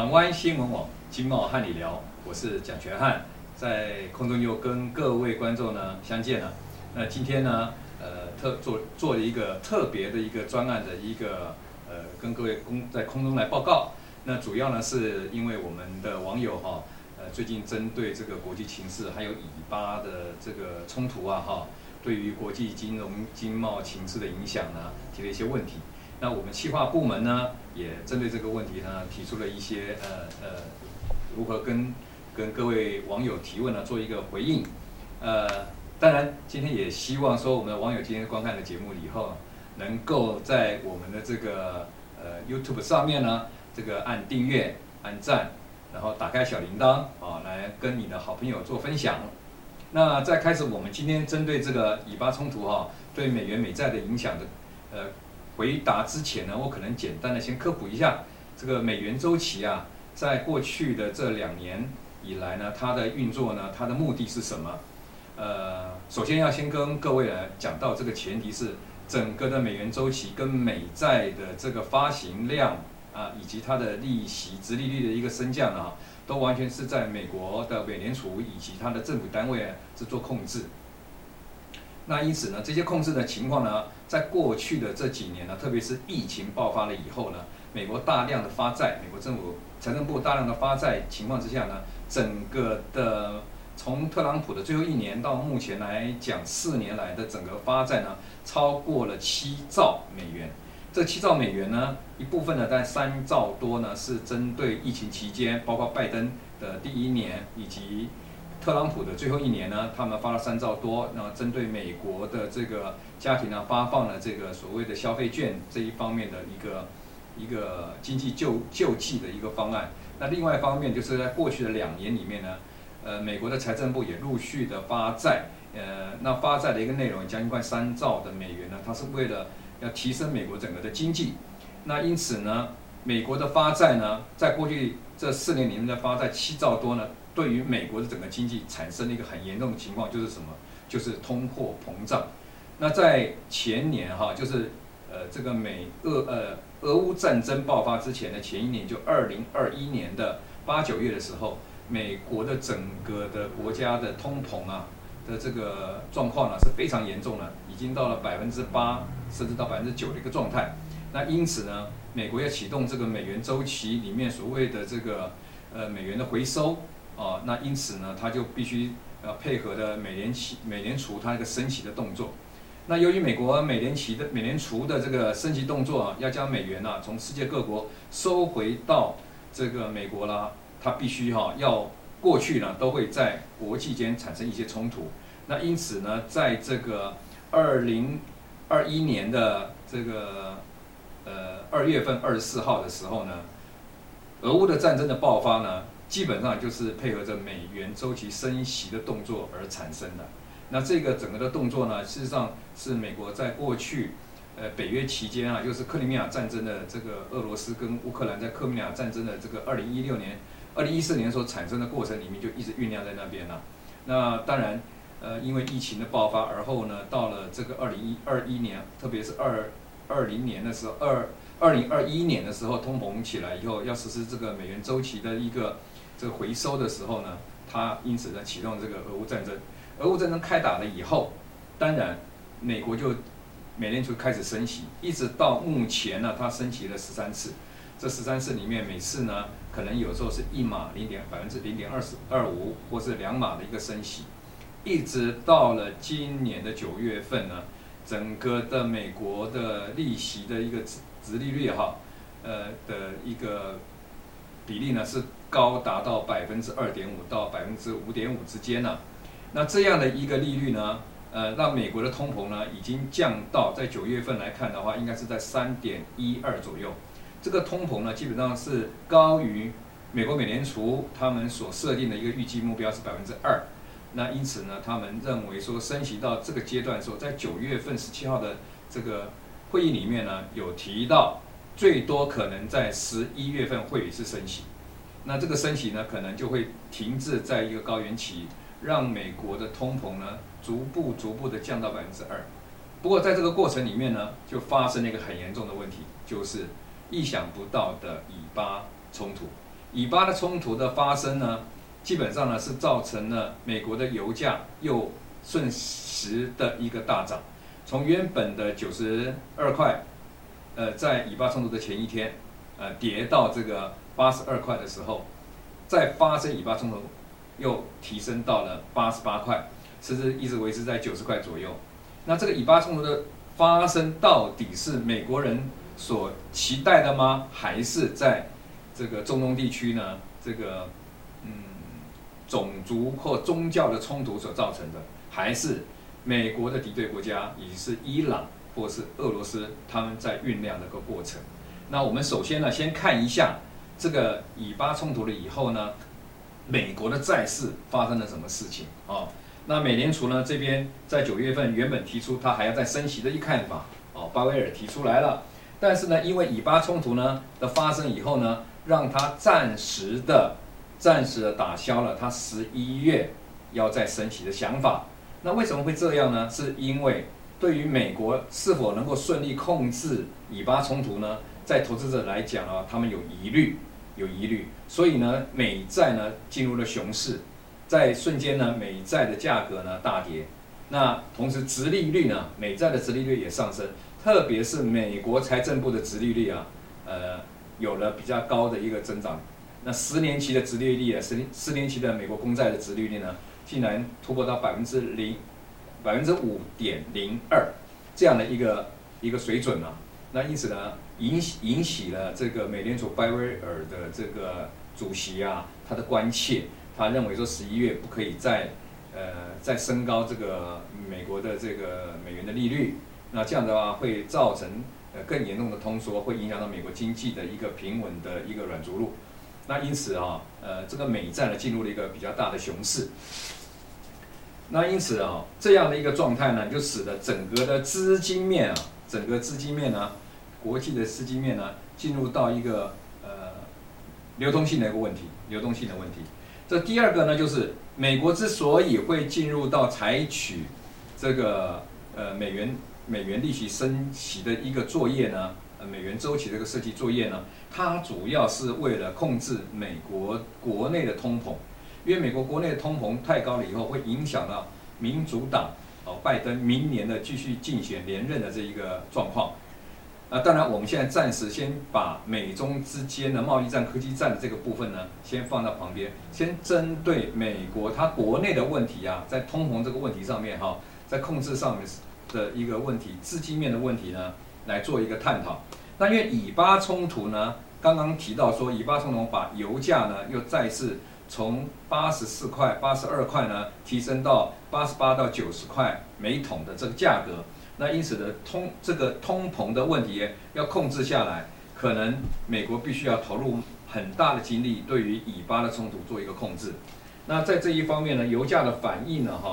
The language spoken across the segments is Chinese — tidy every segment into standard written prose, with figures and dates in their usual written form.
港湾新闻网经贸和你聊，我是蒋全汉，在空中又跟各位观众呢相见了。那今天呢，做了一个特别的一个专案的一个跟各位在空中来报告。那主要呢是因为我们的网友最近针对这个国际情势还有以巴的这个冲突对于国际金融经贸情势的影响呢，提了一些问题。那我们企划部门呢，也针对这个问题呢，提出了一些如何跟各位网友提问呢，做一个回应。当然今天也希望说，我们的网友今天观看的节目以后，能够在我们的这个YouTube 上面呢，这个按订阅、按赞，然后打开小铃铛来跟你的好朋友做分享。那在开始我们今天针对这个以巴冲突对美元美债的影响的回答之前呢，我可能简单的先科普一下这个美元周期在过去的这2年以来呢，它的运作呢，它的目的是什么？首先要先跟各位来讲到这个前提是，整个的美元周期跟美债的这个发行量以及它的利息、殖利率的一个升降呢，都完全是在美国的美联储以及它的政府单位是做控制。那因此呢，这些控制的情况呢，在过去的这几年呢，特别是疫情爆发了以后呢，美国大量的发债，美国政府财政部大量的发债情况之下呢，整个的从特朗普的最后1年到目前来讲，4年来的整个发债呢，超过了7兆美元。这7兆美元呢，一部分呢，在3兆多呢，是针对疫情期间，包括拜登的第1年以及特朗普的最后1年呢，他们发了3兆多，然后针对美国的这个家庭呢，发放了这个所谓的消费券这一方面的一个经济救济的一个方案。那另外一方面，就是在过去的2年里面呢，美国的财政部也陆续的发债，那发债的一个内容将近快3兆的美元呢，它是为了要提升美国整个的经济。那因此呢，美国的发债呢，在过去这4年里面的发债7兆多呢，对于美国的整个经济产生了一个很严重的情况，就是什么？就是通货膨胀。那在前年就是这个俄乌战争爆发之前的前1年，就2021年的8、9月的时候，美国的整个的国家的通膨的这个状况呢是非常严重的，已经到了8%甚至到9%的一个状态。那因此呢，美国要启动这个美元周期里面所谓的这个美元的回收那因此呢，它就必须配合的美联储它那个升息的动作。那由于美国美联储的这个升息动作要将美元从世界各国收回到这个美国啦，它必须要过去呢都会在国际间产生一些冲突。那因此呢，在这个2021年的这个2月份24号的时候呢，俄乌的战争的爆发呢，基本上就是配合着美元周期升息的动作而产生的。那这个整个的动作呢，事实上是美国在过去北约期间就是克里米亚战争的这个俄罗斯跟乌克兰在克里米亚战争的这个2014年所产生的过程里面，就一直酝酿在那边了。那当然因为疫情的爆发，而后呢，到了这个2021年，特别是2020年的时候，2021年的时候通膨起来以后，要实施这个美元周期的一个这个回收的时候呢，它因此呢启动这个俄乌战争。俄乌战争开打了以后，当然美国就美联储开始升息，一直到目前呢，它升息了13次。这13次里面，每次呢可能有时候是1码0.25%，或是2码的一个升息，一直到了今年的9月份呢，整个的美国的利息的一个殖利率的一个比例呢是高达到2.5%到5.5%之间呢。那这样的一个利率呢，让美国的通膨呢已经降到在9月份来看的话，应该是在3.12左右。这个通膨呢，基本上是高于美国美联储他们所设定的一个预计目标是2%。那因此呢，他们认为说升息到这个阶段的时候，在9月份17号的这个会议里面呢，有提到最多可能在11月份会有一次升息。那这个升息呢，可能就会停滞在一个高原期，让美国的通膨呢逐步的降到2%。不过在这个过程里面呢，就发生了一个很严重的问题，就是意想不到的以巴冲突。 以巴的冲突的发生呢，基本上呢是造成了美国的油价又瞬时的一个大涨，从原本的92块，在以巴冲突的前一天，跌到这个82块的时候，再发生以巴冲突，又提升到了88块，甚至一直维持在90块左右。那这个以巴冲突的发生到底是美国人所期待的吗？还是在这个中东地区呢？这个种族或宗教的冲突所造成的，还是美国的敌对国家，也就是伊朗或是俄罗斯，他们在酝酿的一个过程？那我们首先呢，先看一下这个以巴冲突了以后呢，美国的债市发生了什么事情啊？那美联储呢这边在9月份原本提出它还要再升息的一看法，鲍威尔提出来了，但是呢，因为以巴冲突呢的发生以后呢，让它暂时的打消了它11月要再升息的想法。那为什么会这样呢？是因为对于美国是否能够顺利控制以巴冲突呢，在投资者来讲啊，他们有疑虑，所以呢，美债呢进入了熊市。在瞬间呢，美债的价格呢大跌，那同时殖利率呢，美债的殖利率也上升，特别是美国财政部的殖利率啊，有了比较高的一个增长。那10年期的殖利率啊，10年期的美国公债的殖利率呢，竟然突破到5.02%这样的一个水准啊。那因此呢，引起了这个美联储鲍威尔的这个主席啊，他的关切。他认为说11月不可以再升高这个美国的这个美元的利率，那这样的话会造成更严重的通缩，会影响到美国经济的一个平稳的一个软着陆。那因此啊，这个美债呢进入了一个比较大的熊市。那因此啊，这样的一个状态呢，就使得整个的资金面啊，国际的资金面呢，进入到一个流动性的问题。这第二个呢，就是美国之所以会进入到采取这个美元利息升息的一个作业呢，美元周期这个设计作业呢，它主要是为了控制美国国内的通膨，因为美国国内的通膨太高了以后，会影响到民主党拜登明年的继续竞选连任的这一个状况。当然，我们现在暂时先把美中之间的贸易战、科技战的这个部分呢，先放到旁边，先针对美国它国内的问题啊，在通膨这个问题上面在控制上面的一个问题、资金面的问题呢，来做一个探讨。那因为以巴冲突呢，刚刚提到说，以巴冲突把油价呢又再次从84块、82块呢提升到88到90块每桶的这个价格。那因此的这个通膨的问题要控制下来，可能美国必须要投入很大的精力，对于以巴的冲突做一个控制。那在这一方面呢，油价的反应呢，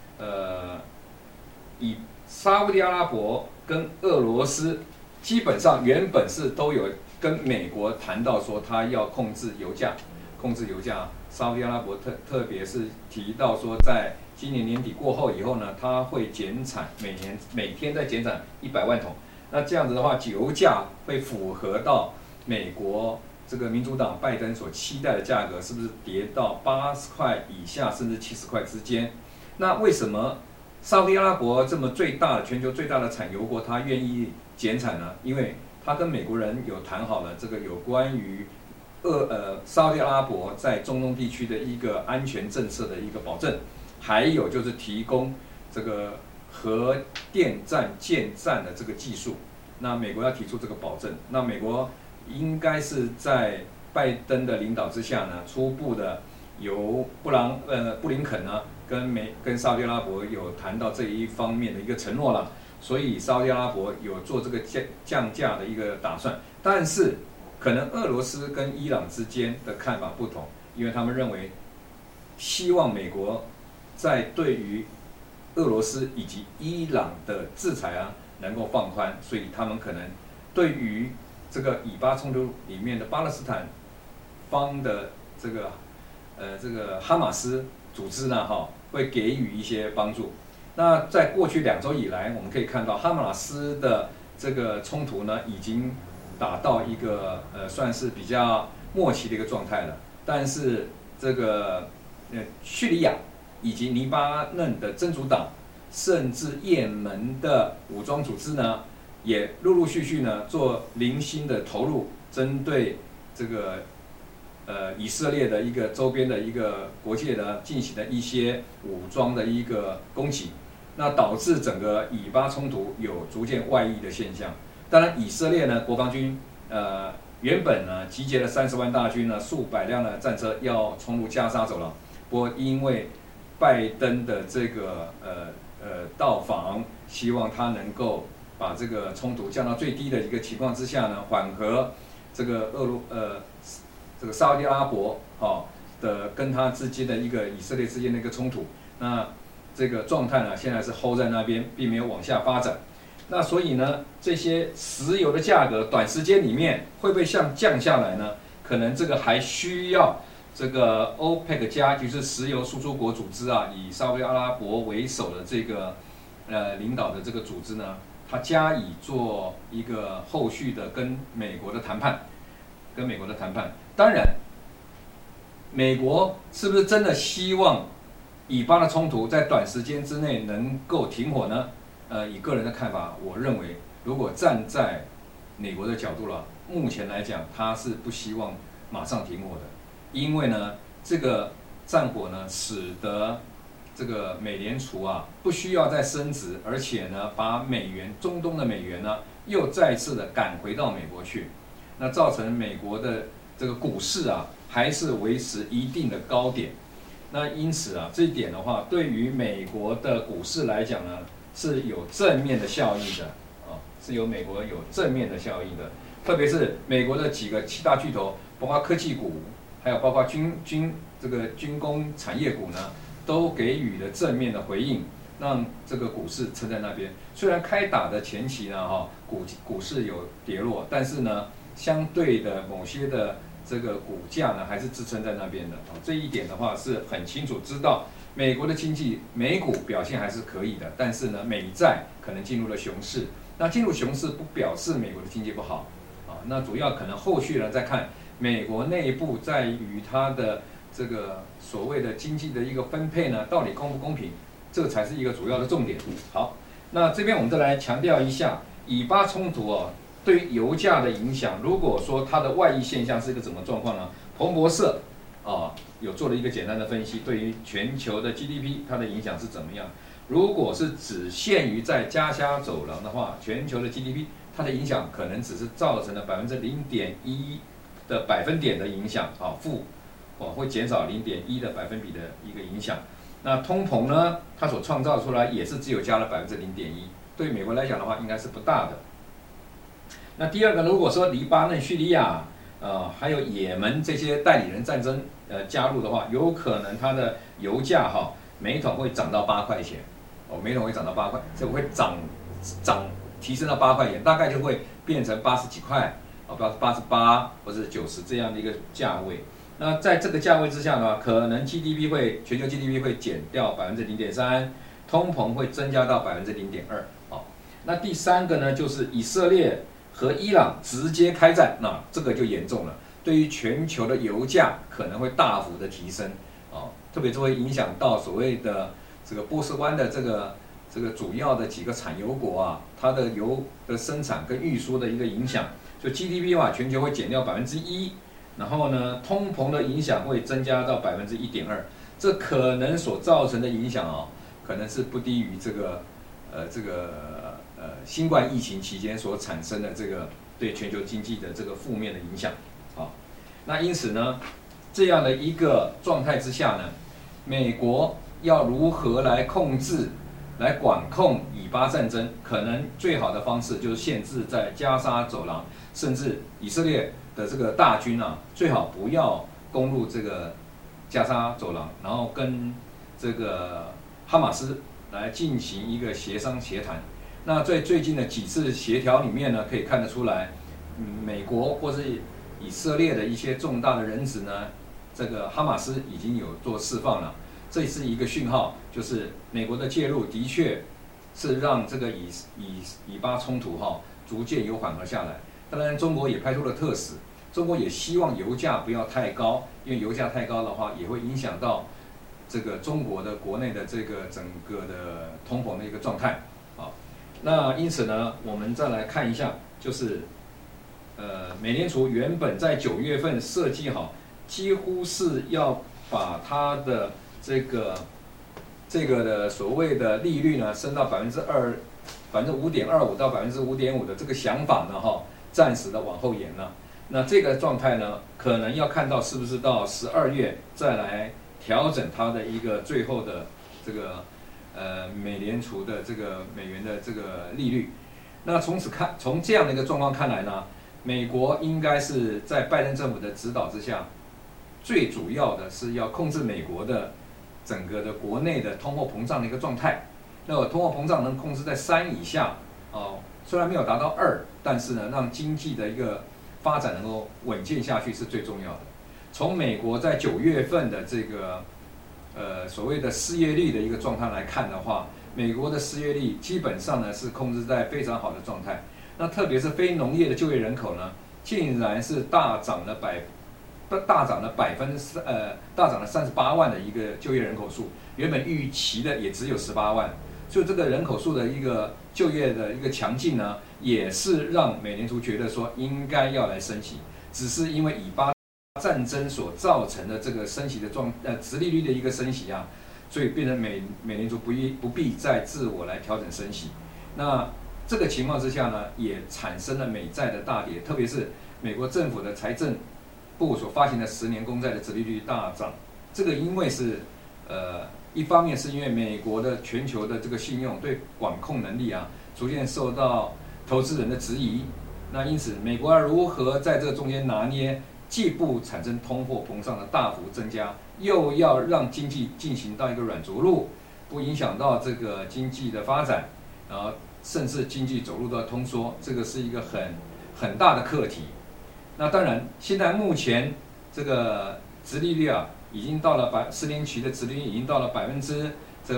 以沙烏地阿拉伯跟俄罗斯基本上原本是都有跟美国谈到说，他要控制油价。沙烏地阿拉伯特别是提到说，在今年年底过后以后呢，它会减产，每天在减产100万桶。那这样子的话，油价会符合到美国这个民主党拜登所期待的价格，是不是跌到80块以下，甚至70块之间？那为什么沙烏地阿拉伯这么全球最大的产油国，它愿意减产呢？因为它跟美国人有谈好了这个有关于沙烏地阿拉伯在中东地区的一个安全政策的一个保证。还有就是提供这个核电站建站的这个技术，那美国要提出这个保证，那美国应该是在拜登的领导之下呢，初步的由布林肯呢跟沙烏地阿拉伯有谈到这一方面的一个承诺了，所以沙烏地阿拉伯有做这个降价的一个打算，但是可能俄罗斯跟伊朗之间的看法不同，因为他们认为希望美国在对于俄罗斯以及伊朗的制裁啊能够放宽，所以他们可能对于这个以巴冲突里面的巴勒斯坦方的这个哈马斯组织呢会给予一些帮助。那在过去2周以来，我们可以看到哈马斯的这个冲突呢已经打到一个算是比较末期的一个状态了。但是这个叙利亚以及黎巴嫩的真主党，甚至也门的武装组织呢，也陆陆续续呢做零星的投入，针对这个以色列的一个周边的一个国界呢进行了一些武装的一个攻击，那导致整个以巴冲突有逐渐外溢的现象。当然，以色列呢国防军原本呢集结了30万大军呢，数百辆的战车要冲入加沙走廊，不过因为拜登的这个到访，希望他能够把这个冲突降到最低的一个情况之下呢，缓和这个这个沙特阿拉伯的跟他之间的一个以色列之间的一个冲突，那这个状态呢现在是 hold 在那边，并没有往下发展。那所以呢，这些石油的价格短时间里面会不会降下来呢？可能这个还需要这个 OPEC 加，就是石油输出国组织啊，以沙特阿拉伯为首的这个领导的这个组织呢，它加以做一个后续的跟美国的谈判。当然，美国是不是真的希望以巴的冲突在短时间之内能够停火呢？以个人的看法，我认为，如果站在美国的角度了，目前来讲，他是不希望马上停火的，因为呢，这个战火呢，使得这个美联储啊不需要再升值，而且呢，把中东的美元呢，又再次的赶回到美国去，那造成美国的这个股市啊，还是维持一定的高点。那因此啊，这一点的话，对于美国的股市来讲呢，是有正面的效益的是由美国有正面的效益的。特别是美国的几个7大巨头，包括科技股，还有包括军工产业股呢，都给予了正面的回应，让这个股市撑在那边。虽然开打的前期呢，股市有跌落，但是呢，相对的某些的这个股价呢，还是支撑在那边的。这一点的话是很清楚知道，美国的经济美股表现还是可以的，但是呢，美债可能进入了熊市。那进入熊市不表示美国的经济不好那主要可能后续呢再看美国内部在于它的这个所谓的经济的一个分配呢，到底公不公平，这才是一个主要的重点。好，那这边我们再来强调一下以巴冲突对于油价的影响。如果说它的外溢现象是一个怎么状况呢？彭博社有做了一个简单的分析，对于全球的 GDP 它的影响是怎么样。如果是只限于在加沙走廊的话，全球的 GDP 它的影响可能只是造成了0.1%的百分点的影响会减少0.1的百分比的一个影响。那通膨呢，它所创造出来也是只有加了0.1%，对美国来讲的话应该是不大的。那第二个，如果说黎巴嫩、叙利亚还有也门这些代理人战争加入的话，有可能它的油价每桶会涨到8块钱每桶会涨到8块，这会提升到8块钱，大概就会变成80几块88或者90这样的一个价位。那在这个价位之下呢，可能全球 GDP 会减掉0.3%，通膨会增加到0.2%那第三个呢，就是以色列和伊朗直接开战，那这个就严重了，对于全球的油价可能会大幅的提升特别是会影响到所谓的这个波斯湾的这个主要的几个产油国它的油的生产跟运输的一个影响，就 GDP 全球会减掉1%，然后呢，通膨的影响会增加到1.2%，这可能所造成的影响可能是不低于这个新冠疫情期间所产生的这个对全球经济的这个负面的影响那因此呢，这样的一个状态之下呢，美国要如何来管控以巴战争，可能最好的方式就是限制在加沙走廊，甚至以色列的这个大军最好不要攻入这个加沙走廊，然后跟这个哈马斯来进行一个协商协谈。那在最近的几次协调里面呢，可以看得出来，美国或是以色列的一些重大的人质呢，这个哈马斯已经有做释放了，这是一个讯号，就是美国的介入的确是让这个以巴冲突逐渐有缓和下来。当然，中国也派出了特使， 中国也希望油价不要太高，因为油价太高的话，也会影响到这个中国的国内的这个整个的通膨的一个状态。好，那因此呢，我们再来看一下，就是美联储原本在9月份设计好，几乎是要把它的这个的所谓的利率呢升到5.25%到5.5%的这个想法呢，暂时的往后延了。那这个状态呢，可能要看到是不是到12月再来调整它的一个最后的这个美联储的这个美元的这个利率。那从这样的一个状况看来呢，美国应该是在拜登政府的指导之下，最主要的是要控制美国的整个的国内的通货膨胀的一个状态。那通货膨胀能控制在3以下，虽然没有达到2，但是呢，让经济的一个发展能够稳健下去是最重要的。从美国在9月份的这个所谓的失业率的一个状态来看的话，美国的失业率基本上呢是控制在非常好的状态。那特别是非农业的就业人口呢，竟然是大涨了38万的一个就业人口数，原本预期的也只有18万，所以这个人口数的一个就业的一个强劲呢，也是让美联储觉得说应该要来升息，只是因为以巴战争所造成的这个升息的殖利率的一个升息啊，所以变成美联储不必再自我来调整升息。那这个情况之下呢，也产生了美债的大跌，特别是美国政府的财政部所发行的10年公债的殖利率大涨。这个因为是一方面是因为美国的全球的这个信用对管控能力啊，逐渐受到投资人的质疑。那因此，美国要如何在这个中间拿捏，既不产生通货膨胀的大幅增加，又要让经济进行到一个软着陆，不影响到这个经济的发展，然后甚至经济走入到通缩，这个是一个很大的课题。那当然，现在目前这个殖利率啊，已经到了10年期的殖利率已经到了5.02%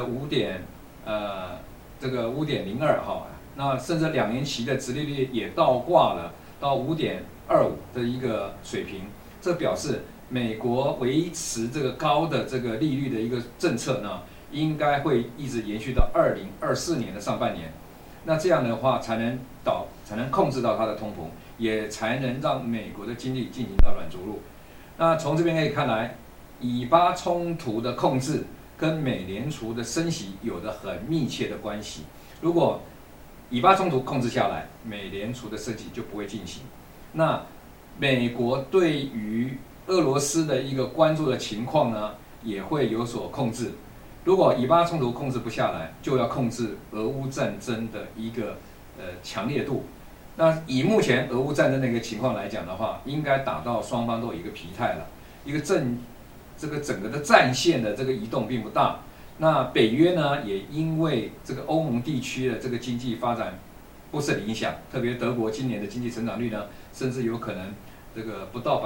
哈，那甚至2年期的殖利率也倒挂了到5.25的一个水平。这表示美国维持这个高的这个利率的一个政策呢，应该会一直延续到2024年的上半年。那这样的话才能控制到它的通膨，也才能让美国的经济进行到软着陆。那从这边可以看来，以巴冲突的控制跟美联储的升息有着很密切的关系。如果以巴冲突控制下来，美联储的升息就不会进行。那美国对于俄罗斯的一个关注的情况呢，也会有所控制。如果以巴冲突控制不下来，就要控制俄乌战争的一个强烈度。那以目前俄乌战争的一个情况来讲的话，应该打到双方都有一个疲态了，这个整个的战线的这个移动并不大。那北约呢，也因为这个欧盟地区的这个经济发展不是很理想，特别德国今年的经济成长率呢，甚至有可能这个不到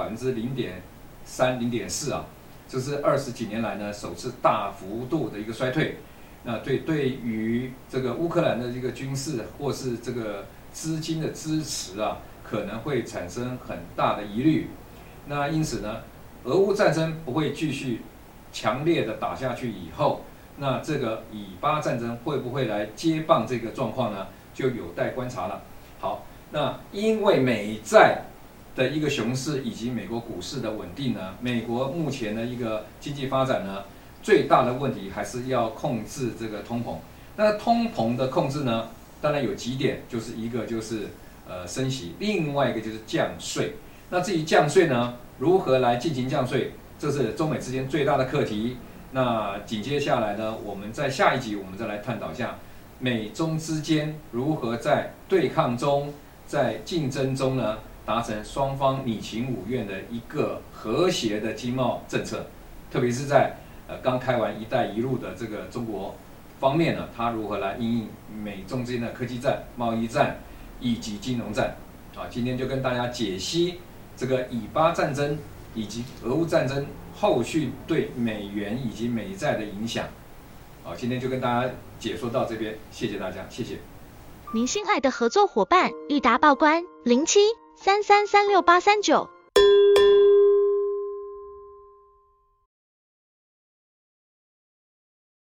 0.3%、0.4%啊。这是20几年来呢首次大幅度的一个衰退。那对于这个乌克兰的这个军事或是这个资金的支持啊，可能会产生很大的疑虑。那因此呢，俄乌战争不会继续强烈的打下去以后，那这个以巴战争会不会来接棒这个状况呢，就有待观察了。好，那因为美债的一个熊市以及美国股市的稳定呢，美国目前的一个经济发展呢，最大的问题还是要控制这个通膨。那通膨的控制呢，当然有几点，就是一个就是升息，另外一个就是降税。那至于降税呢，如何来进行降税，这是中美之间最大的课题。那紧接下来呢，我们在下一集我们再来探讨一下美中之间如何在对抗中、在竞争中呢，达成双方你情我愿的一个和谐的经贸政策，特别是在刚开完"一带一路"的这个中国方面呢，它如何来因应美中之间的科技战、贸易战以及金融战。今天就跟大家解析这个以巴战争以及俄乌战争后续对美元以及美债的影响。今天就跟大家解说到这边，谢谢大家，谢谢。 您心爱的合作伙伴，裕达报关0733363839。